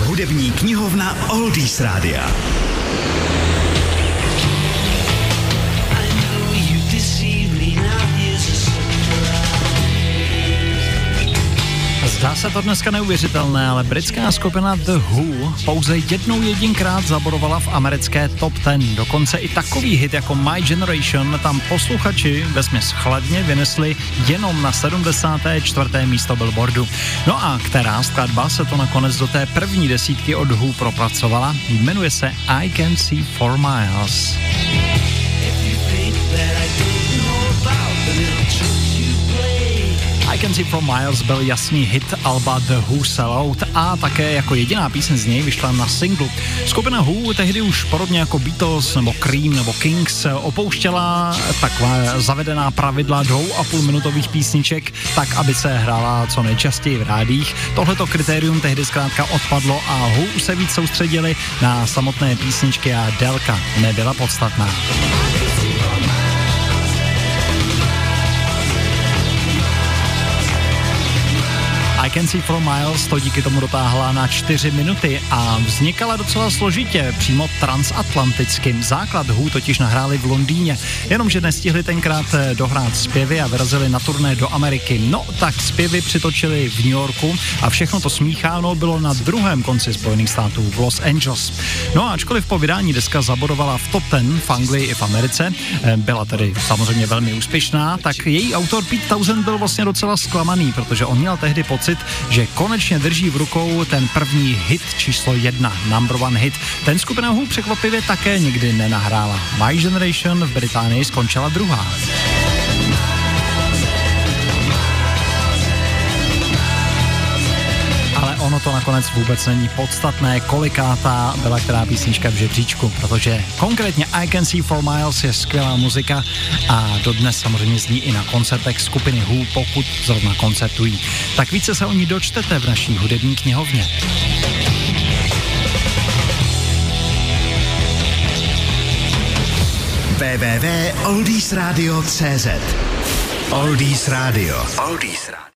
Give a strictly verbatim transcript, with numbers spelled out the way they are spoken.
Hudební knihovna Oldies Rádia. Zdá se to dneska neuvěřitelné, ale britská skupina The Who pouze jednou jedinkrát zabodovala v americké top deset. Dokonce i takový hit jako My Generation tam posluchači vesměs chladně vynesli jenom na sedmdesátém čtvrtém místo Billboardu. No a která skladba se to nakonec do té první desítky od Who propracovala? Jmenuje se I Can See Four Miles. I Can See Four Miles byl jasný hit alba The Who Sell Out a také jako jediná píseň z něj vyšla na singlu. Skupina Who tehdy už podobně jako Beatles nebo Cream nebo Kings opouštěla taková zavedená pravidla dvou a půl minutových písniček, tak aby se hrála co nejčastěji v rádích. Tohleto kritérium tehdy zkrátka odpadlo a Who se víc soustředili na samotné písničky a délka nebyla podstatná. I Can See Four Miles to díky tomu dotáhla na čtyři minuty a vznikala docela složitě, přímo transatlanticky. Základ Who totiž nahráli v Londýně, jenomže nestihli tenkrát dohrát zpěvy a vyrazili na turné do Ameriky. No tak zpěvy přitočili v New Yorku a všechno to smícháno bylo na druhém konci Spojených států v Los Angeles. No a ačkoliv po vydání deska zabodovala v top deset v Anglii i v Americe, byla tedy samozřejmě velmi úspěšná, tak její autor Pete Townshend byl vlastně docela zklamaný, protože on měl tehdy pocit, že konečně drží v rukou ten první hit číslo jedna, number one hit. Ten skupina Who překvapivě také nikdy nenahrála. My Generation v Británii skončila druhá. Ale ono to nakonec vůbec není podstatné, kolikátá byla která písnička v žebříčku, protože konkrétně I Can See Four Miles je skvělá muzika a dodnes samozřejmě zní i na koncertech skupiny Who, pokud zrovna koncertují. Tak více se o ní dočtete v naší hudební knihovně. w w w tečka oldies radio tečka cz Oldies Radio. Oldies Radio.